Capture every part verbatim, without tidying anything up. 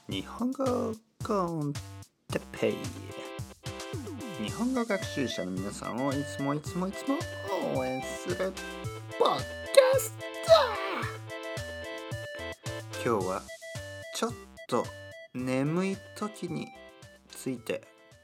日本語コンテペイ。日本語学習者の皆さんをいつもいつもいつも応援するポッドキャスト。今日はちょっと眠い時について。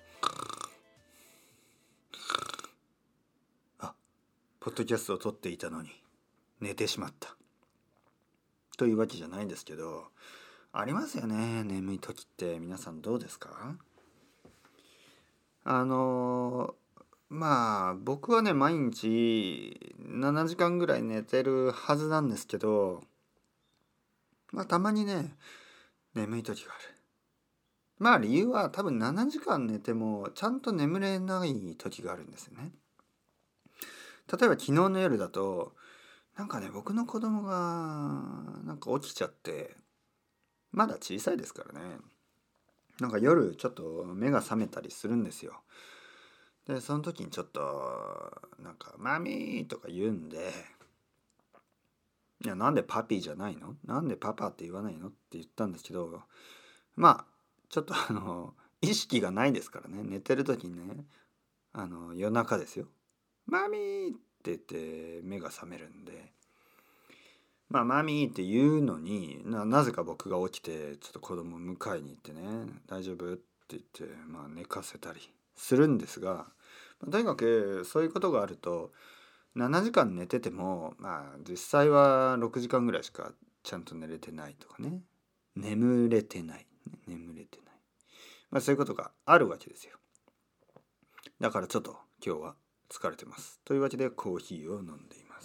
あ、ポッドキャストを撮っていたのに寝てしまったというわけじゃないんですけど、ありますよね、眠い時って。皆さんどうですか？あのまあ僕はね、毎日ななじかんぐらい寝てるはずなんですけど、まあたまにね眠い時がある。まあ理由は多分ななじかん寝てもちゃんと眠れない時があるんですよね。例えば昨日の夜だと、なんかね僕の子供がなんか起きちゃって、まだ小さいですからね、なんか夜ちょっと目が覚めたりするんですよ。でその時にちょっとなんかマミーとか言うんで、いやなんでパピーじゃないの、なんでパパって言わないのって言ったんですけど、まあちょっとあの意識がないですからね。寝てる時にね、あの夜中ですよ、マミーって言って目が覚めるんで、まあマミーって言うのに な, なぜか僕が起きてちょっと子供を迎えに行ってね、大丈夫って言って、まあ、寝かせたりするんですが、とにかくそういうことがあるとななじかん寝てても、まあ実際はろくじかんぐらいしかちゃんと寝れてないとかね、眠れてない、眠れてない、まあ、そういうことがあるわけですよ。だからちょっと今日は疲れてますというわけでコーヒーを飲んでいます。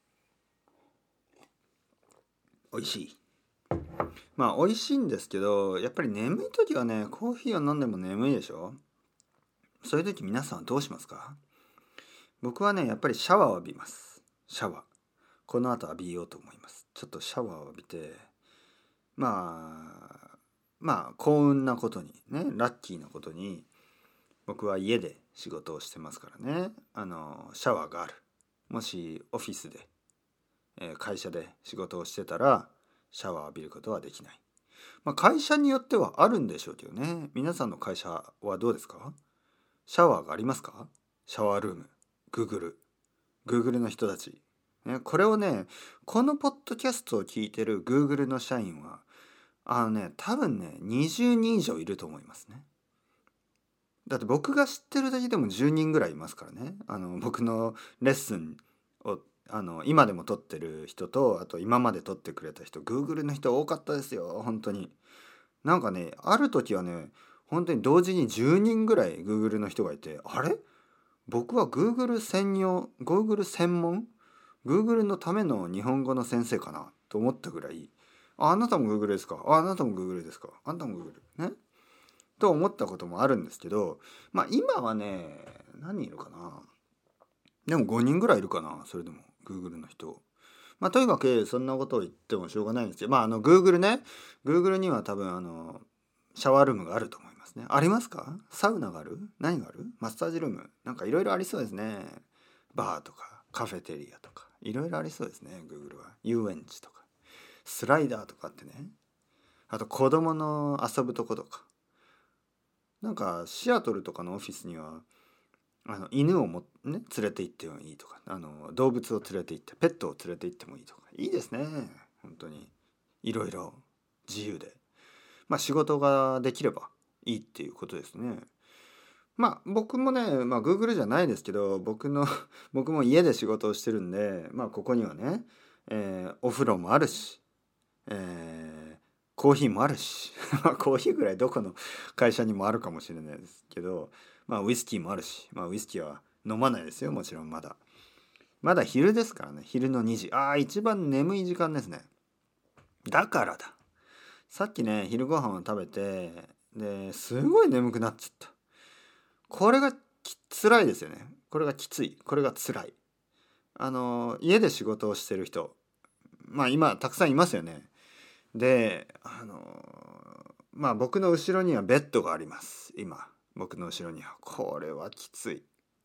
美味しい。まあ美味しいんですけど、やっぱり眠い時はね、コーヒーを飲んでも眠いでしょ。そういう時皆さんはどうしますか？僕はね、やっぱりシャワーを浴びます。シャワー。この後浴びようと思います。ちょっとシャワーを浴びて、まあ、まあ幸運なことにね、ラッキーなことに、僕は家で仕事をしてますからね、あのシャワーがある。もしオフィスで、えー会社で仕事をしてたらシャワーを浴びることはできない。まあ会社によってはあるんでしょうけどね。皆さんの会社はどうですか？シャワーがありますか？シャワールーム、Google、Google の人たち、ね、これをね、このポッドキャストを聞いてる Google の社員は、あのね、多分ね、にじゅうにん以上いると思いますね。だって僕が知ってるだけでもじゅうにんぐらいいますからね。あの僕のレッスンをあの今でも取ってる人と、あと今まで取ってくれた人、Google の人多かったですよ、本当に。なんかね、ある時はね、本当に同時にじゅうにんぐらい Google の人がいて、あれ、僕は Google 専用、Google 専門、Google のための日本語の先生かなと思ったぐらい、あ、あなたも Google ですか、あ、あなたも Google ですか、あなたも Google ねと思ったこともあるんですけど、まあ今はね、何人いるかな、でもごにんぐらいいるかな、それでも Google の人。まあとにかくそんなことを言ってもしょうがないんですけど、まああの Google ね、Google には多分あのシャワールームがあると思いますね。ありますか？サウナがある？何がある？マッサージルーム？なんかいろいろありそうですね。バーとかカフェテリアとかいろいろありそうですね。 Google は遊園地とかスライダーとかってね、あと子供の遊ぶとことか、なんかシアトルとかのオフィスにはあの犬をも、ね、連れて行ってもいいとか、あの動物を連れて行ってペットを連れて行ってもいいとか、いいですね。本当にいろいろ自由で、まあ仕事ができればいいっていうことですね。まあ僕もね、まあ Google じゃないですけど、僕の僕も家で仕事をしてるんで、まあここにはね、えーお風呂もあるし、えーコーヒーもあるしまあコーヒーぐらいどこの会社にもあるかもしれないですけど、まあウイスキーもあるし、まあウイスキーは飲まないですよ、もちろん。まだまだ昼ですからね。昼のにじ、ああ一番眠い時間ですね。だからだ、さっきね昼ご飯を食べて、ですごい眠くなっちゃった。これがき辛いですよね。これがきつい、これが辛い。あの家で仕事をしてる人、まあ今たくさんいますよね。であのまあ僕の後ろにはベッドがあります。今僕の後ろには、これはきつい。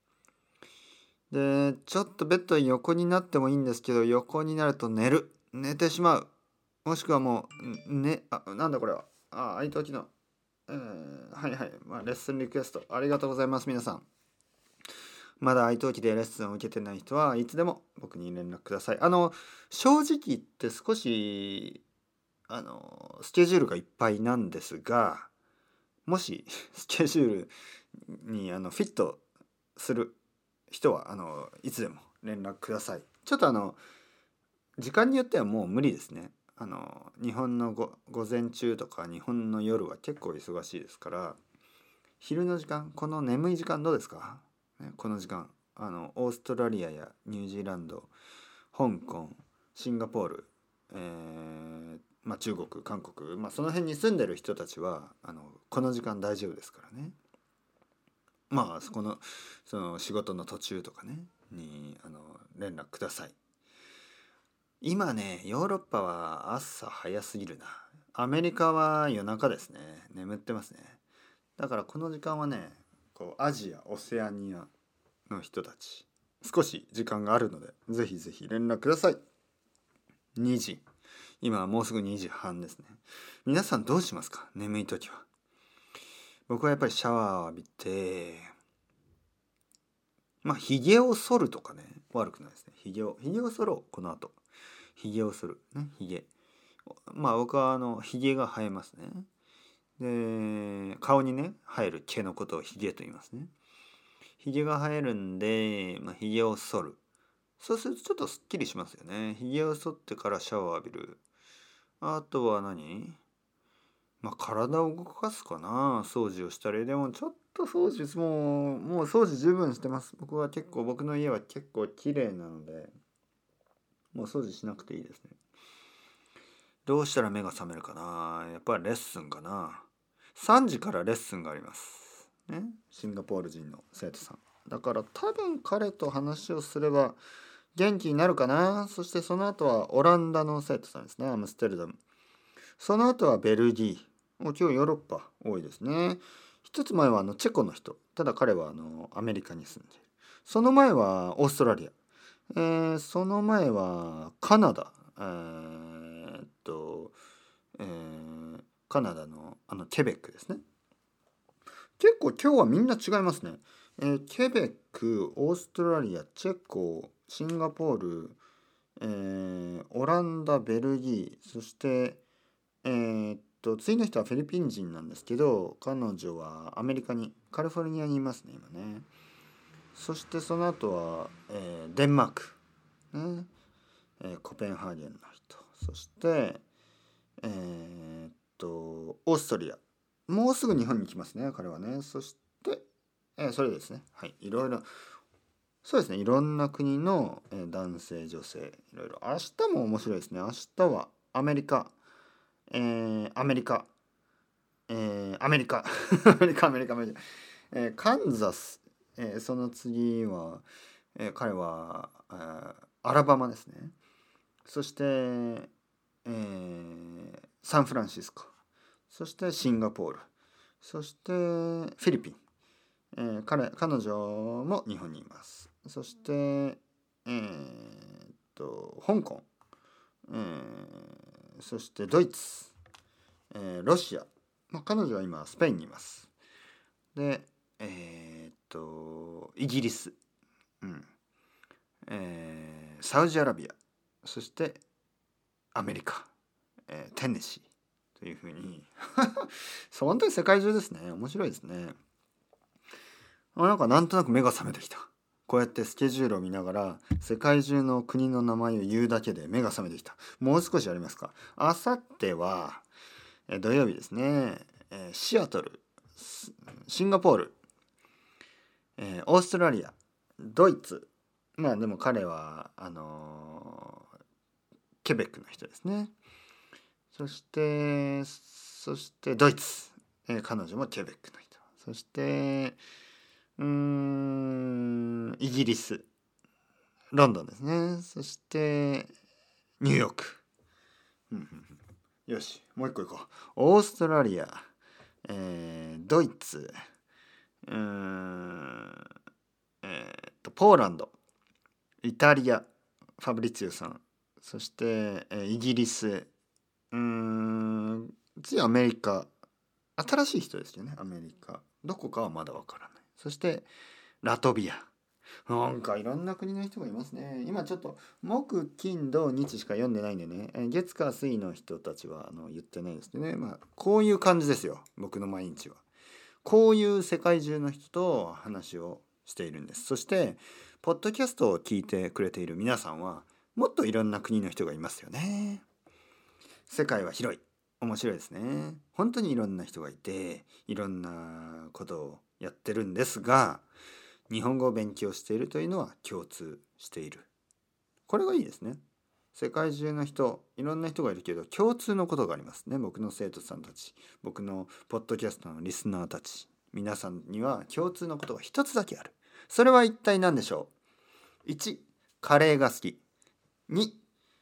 でちょっとベッドに横になってもいいんですけど、横になると寝る寝てしまう、もしくはもうね、あ、なんだこれは、 あ、愛登記の、えー、はいはい、まあ、レッスンリクエストありがとうございます。皆さんまだ愛登記でレッスンを受けてない人はいつでも僕に連絡ください。あの正直言って少しあのスケジュールがいっぱいなんですが、もしスケジュールにあのフィットする人はあのいつでも連絡ください。ちょっとあの時間によってはもう無理ですね。あの日本のご午前中とか日本の夜は結構忙しいですから、昼の時間、この眠い時間どうですか、ね、この時間あのオーストラリアやニュージーランド、香港、シンガポール、えーまあ、中国、韓国、まあ、その辺に住んでる人たちはあのこの時間大丈夫ですからね。まあそこのその仕事の途中とかねにあの連絡ください。今ねヨーロッパは朝早すぎるな。アメリカは夜中ですね。眠ってますね。だからこの時間はねこうアジア、オセアニアの人たち少し時間があるのでぜひぜひ連絡ください。にじ、今はもうすぐにじはんですね。皆さんどうしますか、眠い時は。僕はやっぱりシャワーを浴びて、まあひげを剃るとかね悪くないですね。ひげをひげを剃ろう。この後ひげを剃るね。ひげ、まあ僕はあのひげが生えますね。で顔にね生える毛のことをひげと言いますね。ひげが生えるんで、まあ、ひげを剃る。そうするとちょっとすっきりしますよね。ひげを剃ってからシャワーを浴びる。あとは何、まあ体を動かすかな。掃除をしたり。でもちょっと掃除もうもう掃除十分してます。僕は結構僕の家は結構綺麗なのでもう掃除しなくていいですね。どうしたら目が覚めるかな。やっぱりレッスンかな。さんじからレッスンがありますね。シンガポール人の生徒さんだから多分彼と話をすれば元気になるかな。そしてその後はオランダの生徒さんですね。アムステルダム。その後はベルギー。もう今日ヨーロッパ多いですね。一つ前はあのチェコの人。ただ彼はあのアメリカに住んでいる。その前はオーストラリア。えー、その前はカナダ。えー、っと、えー、カナダのあのケベックですね。結構今日はみんな違いますね。えー、ケベック、オーストラリア、チェコ、シンガポール、えーオランダ、ベルギー、そして、えーっと、次の人はフィリピン人なんですけど、彼女はアメリカに、カリフォルニアにいますね、今ね。そしてその後は、えーデンマーク、ねえーコペンハーゲンの人。そして、えーっと、オーストリア。もうすぐ日本に来ますね、彼はね。そして、えーそれですね。はい、いろいろ。そうですね。いろんな国の、えー男性、女性、いろいろ。明日も面白いですね。明日はアメリカ、えーアメリカ、えーアメリカ、アメリカ、アメリカ、アメリカ、えーカンザス、えーその次は、えー彼は、えーアラバマですね。そして、えーサンフランシスコ、そしてシンガポール、そしてフィリピン、えー彼彼女も日本にいます。そして、えーっと香港、えーそしてドイツ、えーロシア、まあ、彼女は今スペインにいます。で、えーっとイギリス、うんえーサウジアラビア、そしてアメリカ、えーテネシーというふうにそう本当に世界中ですね。面白いですね。あ、なんかなんとなく目が覚めてきた。こうやってスケジュールを見ながら世界中の国の名前を言うだけで目が覚めてきた。もう少しありますか。あさっては、えー土曜日ですね、えーシアトル、シンガポール、えーオーストラリア、ドイツ。まあでも彼はあのーケベックの人ですね。そしてそしてドイツ、えー彼女もケベックの人。そしてうーんイギリス、ロンドンですね。そしてニューヨーク。うんうんうん、よしもう一個いこう。オーストラリア、えードイツ、うーんえーっとポーランド、イタリア、ファブリツィオさん、そして、えーイギリス、うーん次アメリカ。新しい人ですよね。アメリカどこかはまだわからない。そしてラトビア。なんかいろんな国の人がいますね。今ちょっと木金土日しか読んでないんでね、え月火水の人たちはあの言ってないですね。まあこういう感じですよ、僕の毎日は。こういう世界中の人と話をしているんです。そしてポッドキャストを聞いてくれている皆さんはもっといろんな国の人がいますよね。世界は広い。面白いですね。本当にいろんな人がいていろんなことをやってるんですが、日本語を勉強しているというのは共通している。これがいいですね。世界中の人、いろんな人がいるけど共通のことがありますね。僕の生徒さんたち、僕のポッドキャストのリスナーたち、皆さんには共通のことが一つだけある。それは一体何でしょう。いち、カレーが好き。に、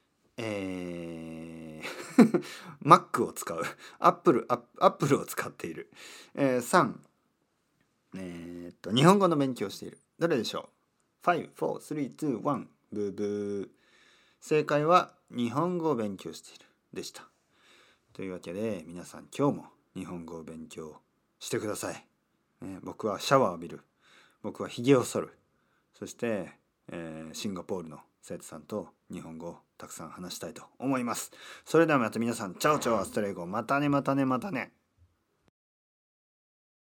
えー、Mac を使う。Apple、Apple を使っている。えー、さん、えー、っと、日本語の勉強をしている。どれでしょう？ ご、よん、さん、に、に、いち。ブーブー。正解は日本語を勉強しているでした。というわけで皆さん今日も日本語を勉強してください。ね、僕はシャワーを浴びる。僕はひげを剃る。そして、えー、シンガポールの生徒さんと日本語をたくさん話したいと思います。それではまた皆さん、チャオチャオアストレイゴ。またねまたねまたね。